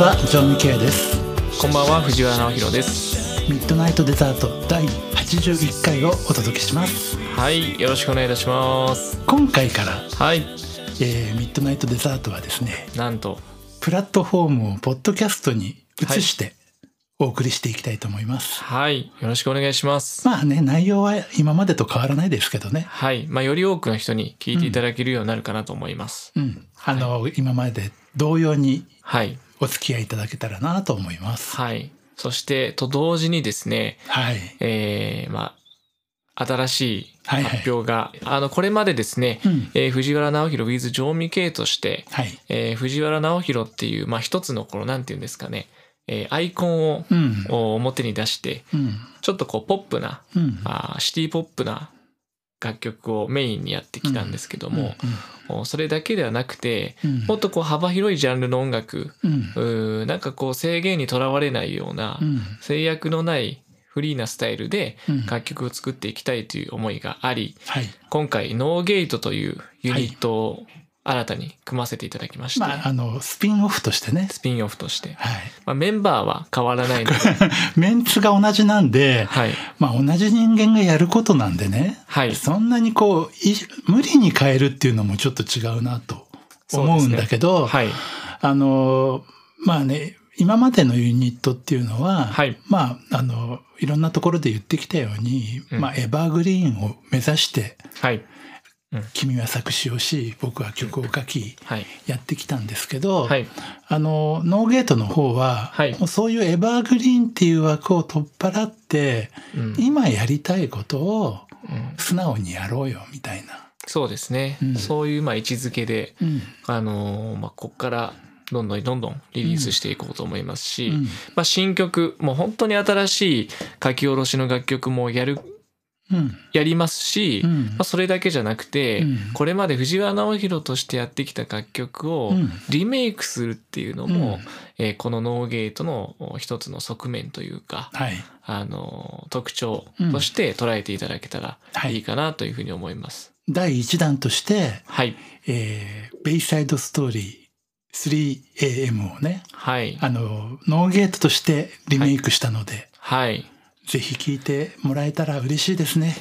はジョン・ミケイです。 こんばんは、藤原直弘です。 ミッドナイトデザート第81回をお届けします。 はい、よろしくお願いいたします。 今回から、 はい、 ミッドナイトデザートはですね、 なんとプラットフォームをポッドキャストに移してお送りしていきたいと思います。 はい、よろしくお願いします。 まあね、内容は今までと変わらないですけどね。 はい、より多くの人に聞いていただけるようになるかなと思います。 今まで同様にはい、 お付き合いいただけたらなと思います。 はい、そしてと同時にですね、 はい、 新しい発表が、これまでですね、藤原直弘 with ジョン・ミケイとして、藤原直弘っていう、一つのなんていうんですかね、アイコンを表に出して、ちょっとポップな、シティポップな楽曲をメインにやってきたんですけども、それだけではなくて、もっと幅広いジャンルの音楽、なんか制限にとらわれないような、制約のないフリーなスタイルで楽曲を作っていきたいという思いがあり、今回ノーゲートというユニットを新たに組ませていただきまして、 スピンオフとしてね。 スピンオフとして、メンバーは変わらないのでメンツが同じなんで、同じ人間がやることなんでね、そんなに無理に変えるっていうのもちょっと違うなと思うんだけど、今までのユニットっていうのは、いろんなところで言ってきたように、エバーグリーンを目指して、君は作詞をし、僕は曲を書き、やってきたんですけど、ノーゲートの方は、もうそういうエバーグリーンっていう枠を取っ払って、今やりたいことを素直にやろうよみたいな。 そうですね。そういう位置づけで、ここからどんどんリリースしていこうと思いますし、新曲、もう本当に新しい書き下ろしの楽曲もやりますし、それだけじゃなくて、これまで藤原直弘としてやってきた楽曲をリメイクするっていうのも、このノーゲートの一つの側面というか、特徴として捉えていただけたらいいかなというふうに思います。 第1弾として、ベイサイドストーリー 3AM をね、ノーゲートとしてリメイクしたので、ぜひ聴いてもらえたら嬉しいですね。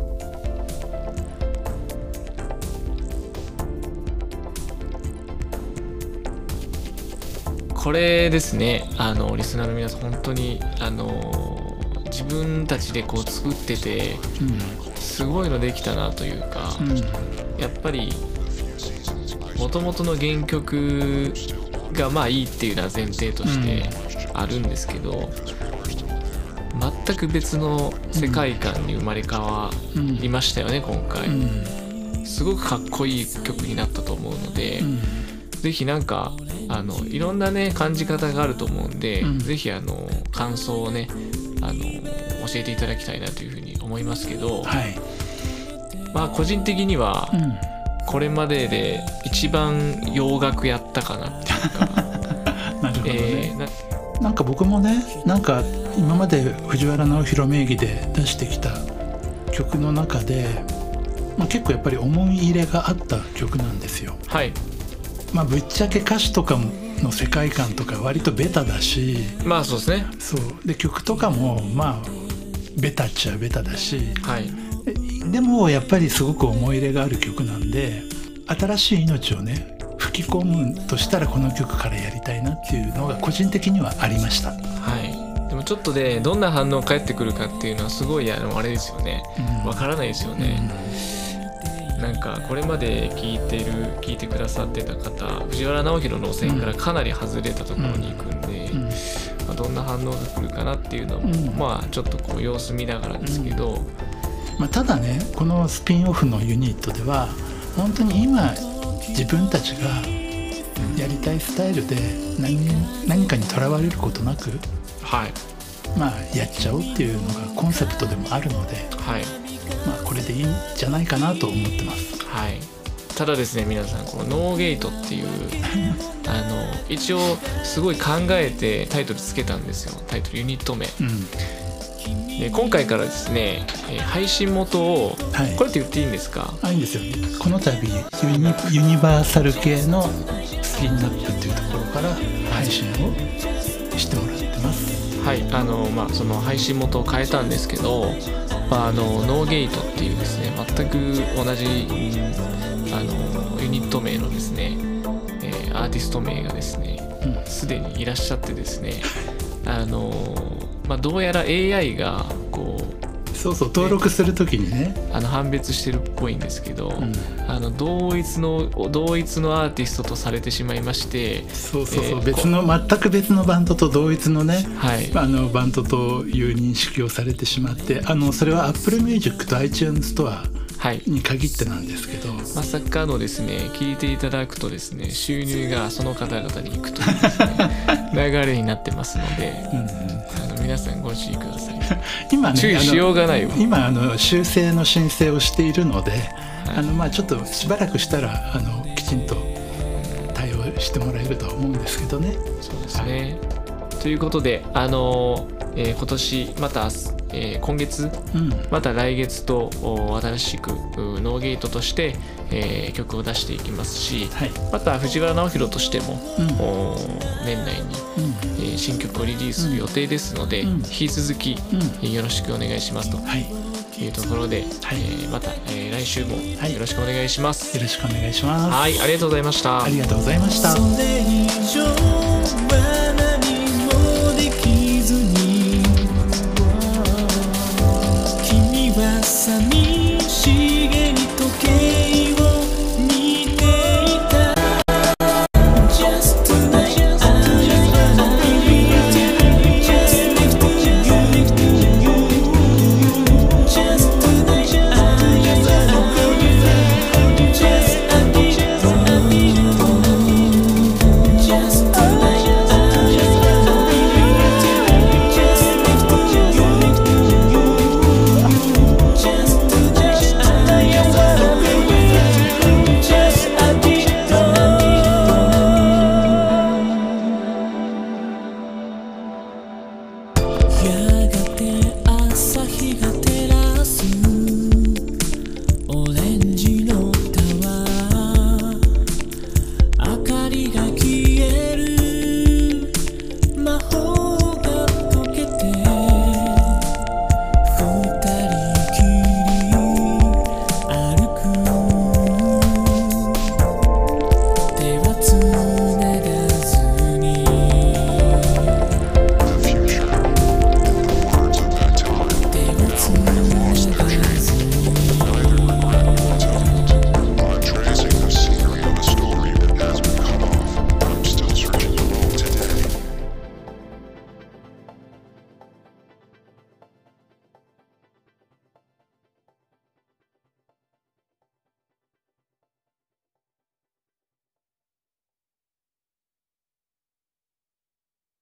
これですね、リスナーの皆さん本当に自分たちで作ってて、すごいのできたなというか、やっぱり元々の原曲がいいっていうのは前提としてあるんですけど、全く別の世界観に生まれ変わりましたよね、今回。すごくかっこいい曲になったと思うので、ぜひいろんなね感じ方があると思うんで、ぜひ感想をね教えていただきたいなというふうに思いますけど、個人的には、これまでで一番洋楽やったかなっていうかなるほどね。なんか僕もね、今まで藤原直弘名義で出してきた曲の中で、結構やっぱり思い入れがあった曲なんですよ。ぶっちゃけ歌詞とかの世界観とか割とベタだし、 そうですね。 で曲とかもベタっちゃベタだし、でもやっぱりすごく思い入れがある曲なんで、新しい命をね吹き込むとしたらこの曲からやりたいなっていうのが個人的にはありました。 でもちょっとでどんな反応返ってくるかっていうのはすごいあれですよね。わからないですよね。これまで聞いてくださってた方、藤原直弘の路線からかなり外れたところに行くんで、どんな反応が来るかなっていうのも、ちょっと様子見ながらですけど、 ただね、このスピンオフのユニットでは本当に今自分たちがやりたいスタイルで何かにとらわれることなく、やっちゃおうっていうのがコンセプトでもあるので、これでいいんじゃないかなと思ってます。 ただですね、皆さん、このノーゲートっていう一応すごい考えてタイトルつけたんですよ。タイトルユニット名、で今回からですね、配信元を、これって言っていいんですか？ いいんですよ。この度ユニバーサル系のススキンナップっていうところから配信をしてもらってます。 はい、その配信元を変えたんですけど、ノーゲートっていうですね、全く同じユニット名のですね、アーティスト名がですねすでにいらっしゃってですね、どうやら AI がこうそう登録するときにね判別してるっぽいんですけど、同一のアーティストとされてしまいまして、 全く別のバンドと同一のね、バンドという認識をされてしまって、それは Apple Music と iTunes ストアに限ってなんですけど、 まさかのですね、聞いていただくとですね、収入がその方々に行くというですね流れになってますので、皆さんご注意ください。 今ね、 注意しようがないよ。 今修正の申請をしているので、ちょっとしばらくしたらきちんと対応してもらえるとは思うんですけどね。 そうですね、ということで今年また今月、また来月と新しくノーゲートとして、曲を出していきますし、また藤原直弘としても、年内に、新曲をリリースする予定ですので、引き続き、よろしくお願いしますというところで、また、来週もよろしくお願いします。 よろしくお願いします。 はい、ありがとうございました。 ありがとうございました。